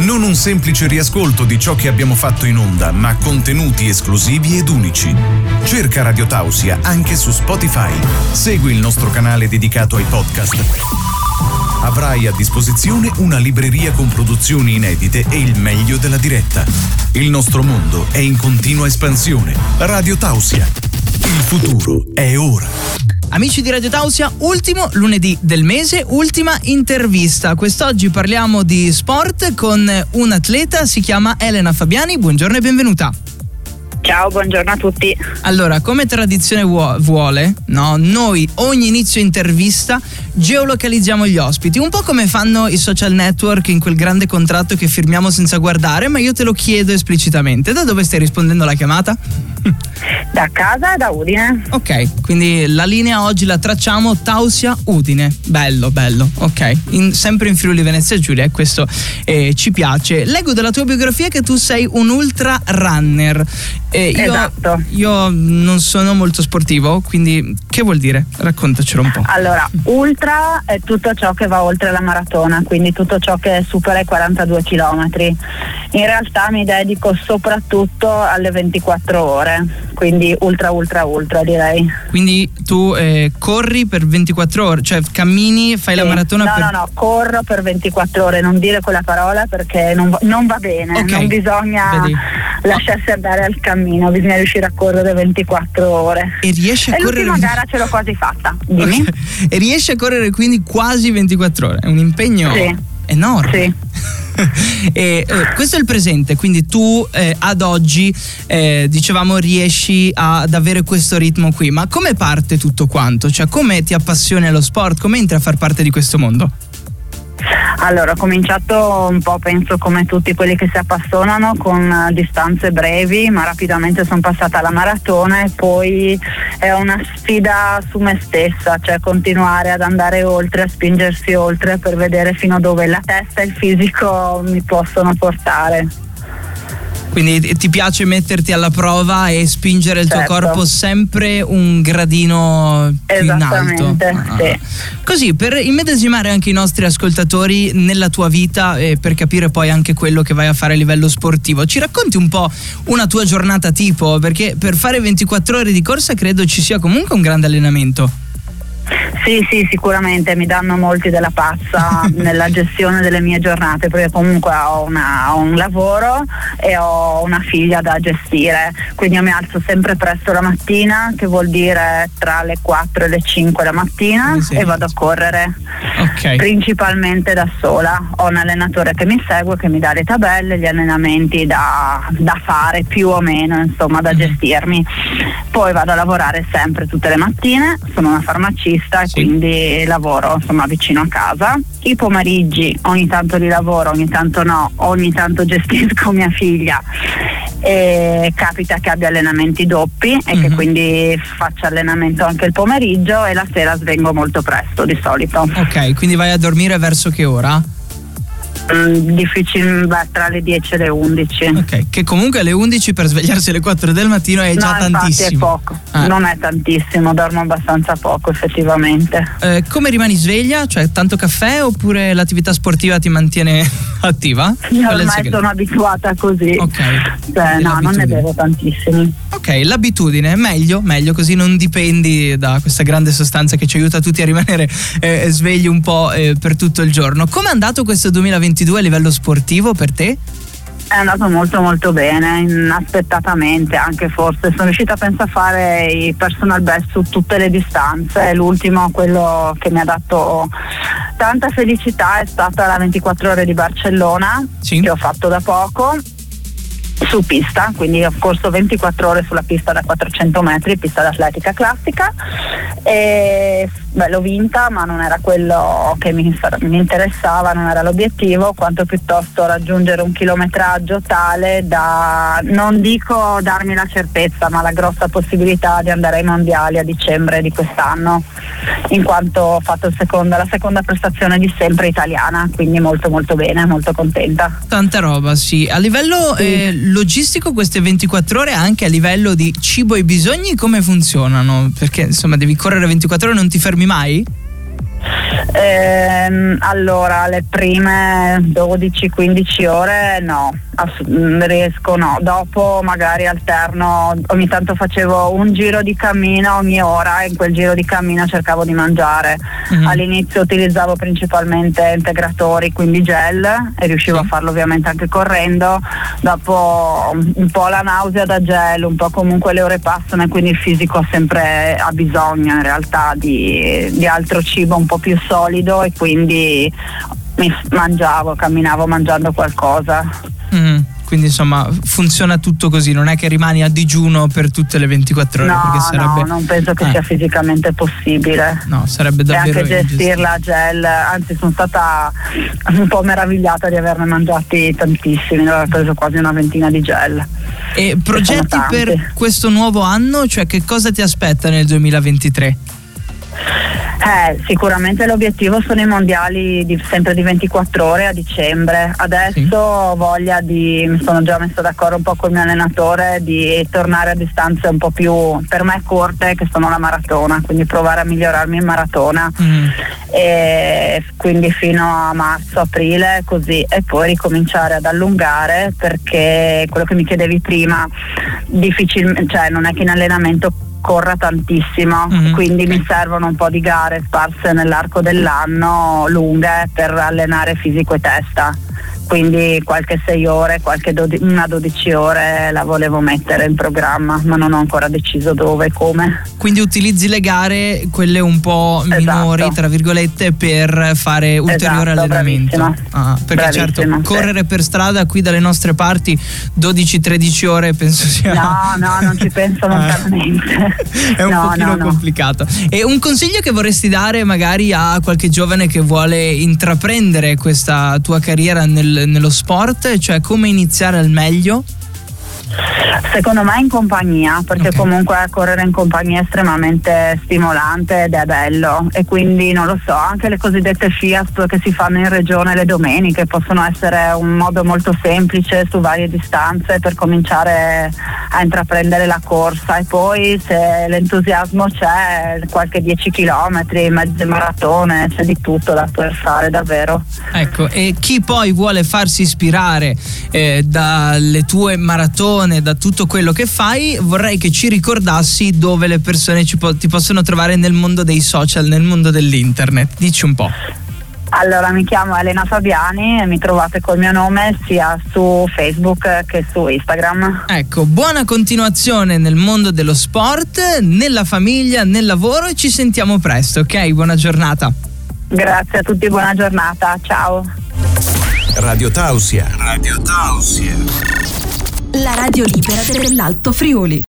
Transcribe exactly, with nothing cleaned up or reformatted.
Non un semplice riascolto di ciò che abbiamo fatto in onda, ma contenuti esclusivi ed unici. Cerca Radio Tausia anche su Spotify. Segui il nostro canale dedicato ai podcast. Avrai a disposizione una libreria con produzioni inedite e il meglio della diretta. Il nostro mondo è in continua espansione. Radio Tausia. Il futuro è ora. Amici di Radio Tausia, ultimo lunedì del mese, ultima intervista. Quest'oggi parliamo di sport con un atleta, si chiama Elena Fabiani. Buongiorno e benvenuta. Ciao, buongiorno a tutti. Allora, come tradizione vuole, no? Noi ogni inizio intervista geolocalizziamo gli ospiti, un po' come fanno i social network in quel grande contratto che firmiamo senza guardare, ma io te lo chiedo esplicitamente. Da dove stai rispondendo alla chiamata? Da casa e da Udine. Ok, quindi la linea oggi la tracciamo Tausia Udine. Bello, bello, ok. In, sempre in Friuli Venezia Giulia, e questo eh, ci piace. Leggo dalla tua biografia che tu sei un ultra runner. Eh, io, esatto. Io non sono molto sportivo, quindi che vuol dire? Raccontacelo un po'. Allora, ultra è tutto ciò che va oltre la maratona, quindi tutto ciò che supera i quarantadue chilometri. In realtà mi dedico soprattutto alle ventiquattro ore, quindi ultra ultra ultra direi. Quindi tu eh, corri per ventiquattro ore, cioè cammini, fai sì. la maratona no, per... No, no, no, corro per ventiquattro ore, non dire quella parola perché non, non va bene, okay. Non bisogna Vedi. lasciarsi andare al cammino, bisogna riuscire a correre ventiquattro ore. E riesci a e correre... l'ultima gara ce l'ho quasi fatta, dimmi. Okay. E riesci a correre quindi quasi ventiquattro ore, è un impegno sì. enorme. Sì. e, eh, questo è il presente, quindi tu eh, ad oggi eh, dicevamo riesci a, ad avere questo ritmo qui, ma come parte tutto quanto? Cioè come ti appassioni allo sport? Come entri a far parte di questo mondo? Allora, ho cominciato un po', penso come tutti quelli che si appassionano, con distanze brevi, ma rapidamente sono passata alla maratona e poi è una sfida su me stessa, cioè continuare ad andare oltre, a spingersi oltre per vedere fino a dove la testa e il fisico mi possono portare. Quindi ti piace metterti alla prova e spingere il certo. tuo corpo sempre un gradino più in alto. Ah. Sì. Così, per immedesimare anche i nostri ascoltatori nella tua vita e per capire poi anche quello che vai a fare a livello sportivo, ci racconti un po' una tua giornata tipo? Perché per fare ventiquattro ore di corsa credo ci sia comunque un grande allenamento. Sì, sì, sicuramente mi danno molti della pazza nella gestione delle mie giornate, perché comunque ho, una, ho un lavoro e ho una figlia da gestire, quindi io mi alzo sempre presto la mattina, che vuol dire tra le quattro e le cinque la mattina, sì. E vado a correre, okay. Principalmente da sola. Ho un allenatore che mi segue, che mi dà le tabelle, gli allenamenti da, da fare più o meno, insomma, da mm-hmm. gestirmi. Poi vado a lavorare sempre tutte le mattine, sono una farmacista, sì. Quindi lavoro insomma vicino a casa. I pomeriggi ogni tanto li lavoro, ogni tanto no, ogni tanto gestisco mia figlia e capita che abbia allenamenti doppi e mm-hmm. che quindi faccia allenamento anche il pomeriggio, e la sera svengo molto presto di solito. Ok, quindi vai a dormire verso che ora? Mm, difficile, beh, tra le dieci e le undici. Ok, che comunque alle undici per svegliarsi alle quattro del mattino è già no, tantissimo. È poco, ah. non è tantissimo, dormo abbastanza poco effettivamente. Eh, come rimani sveglia? Cioè tanto caffè oppure l'attività sportiva ti mantiene attiva? Io ormai sono abituata così. Ok. Cioè, no, non ne bevo tantissimi. Ok, l'abitudine, meglio, meglio, così non dipendi da questa grande sostanza che ci aiuta tutti a rimanere eh, svegli un po' eh, per tutto il giorno. Come è andato questo duemilaventidue a livello sportivo per te? È andato molto molto bene, inaspettatamente anche, forse sono riuscita penso a fare i personal best su tutte le distanze. L'ultimo, quello che mi ha dato tanta felicità, è stata la ventiquattro ore di Barcellona, sì. Che ho fatto da poco su pista, quindi ho corso ventiquattro ore sulla pista da quattrocento metri, pista d'atletica classica, e beh, l'ho vinta, ma non era quello che mi, mi interessava, non era l'obiettivo, quanto piuttosto raggiungere un chilometraggio tale da, non dico darmi la certezza, ma la grossa possibilità di andare ai mondiali a dicembre di quest'anno, in quanto ho fatto il secondo, la seconda prestazione di sempre italiana, quindi molto molto bene, molto contenta. Tanta roba, sì. A livello sì. eh, logistico, queste ventiquattro ore, anche a livello di cibo e bisogni, come funzionano? Perché insomma devi correre ventiquattro ore, non ti fermi mai? Ehm, allora, le prime dodici quindici ore no, ass- riesco no, dopo magari alterno, ogni tanto facevo un giro di cammino ogni ora e in quel giro di cammino cercavo di mangiare. Mm-hmm. All'inizio utilizzavo principalmente integratori, quindi gel, e riuscivo sì. a farlo ovviamente anche correndo. Dopo un po' la nausea da gel, un po' comunque le ore passano e quindi il fisico ha sempre ha bisogno in realtà di, di altro cibo un po' più solido, e quindi mi mangiavo, camminavo mangiando qualcosa. Mm, quindi insomma funziona tutto così, non è che rimani a digiuno per tutte le ventiquattro ore, no, perché sarebbe... no, non penso che eh. sia fisicamente possibile. No, sarebbe davvero. E anche gestirla a gel, anzi sono stata un po' meravigliata di averne mangiati tantissimi, ne avevo preso quasi una ventina di gel. E progetti per questo nuovo anno, cioè che cosa ti aspetta nel duemilaventitré? Eh, sicuramente l'obiettivo sono i mondiali di, sempre di ventiquattro ore a dicembre. Adesso sì. ho voglia di, mi sono già messa d'accordo un po' con il mio allenatore, di tornare a distanze un po' più per me corte, che sono la maratona, quindi provare a migliorarmi in maratona. Mm. E quindi fino a marzo, aprile, così, e poi ricominciare ad allungare, perché quello che mi chiedevi prima, difficilmente, cioè non è che in allenamento corra tantissimo, mm-hmm. quindi mi servono un po' di gare sparse nell'arco dell'anno, lunghe, per allenare fisico e testa. Quindi qualche sei ore, qualche dodi- una dodici ore la volevo mettere in programma, ma non ho ancora deciso dove e come. Quindi utilizzi le gare, quelle un po' minori, esatto. tra virgolette, per fare ulteriore esatto, allenamento. Ah, perché certo, sì. correre per strada qui dalle nostre parti dodici tredici ore penso sia... No, no, non ci penso lontanamente. È un no, pochino no, complicato. No. E un consiglio che vorresti dare magari a qualche giovane che vuole intraprendere questa tua carriera nel nello sport, cioè come iniziare al meglio? Secondo me in compagnia, perché okay. comunque correre in compagnia è estremamente stimolante ed è bello, e quindi non lo so, anche le cosiddette F I A S che si fanno in regione le domeniche possono essere un modo molto semplice su varie distanze per cominciare a intraprendere la corsa, e poi se l'entusiasmo c'è, qualche dieci chilometri, mezze maratone, c'è di tutto da poter fare davvero. Ecco, e chi poi vuole farsi ispirare eh, dalle tue maratone, da tutto quello che fai, vorrei che ci ricordassi dove le persone ci po- ti possono trovare nel mondo dei social, nel mondo dell'internet. Dici un po'. Allora, mi chiamo Elena Fabiani e mi trovate col mio nome sia su Facebook che su Instagram. Ecco, buona continuazione nel mondo dello sport, nella famiglia, nel lavoro, e ci sentiamo presto, ok? Buona giornata. Grazie a tutti, buona giornata, ciao. Radio Tausia. Radio Tausia. La radio libera dell'Alto Friuli.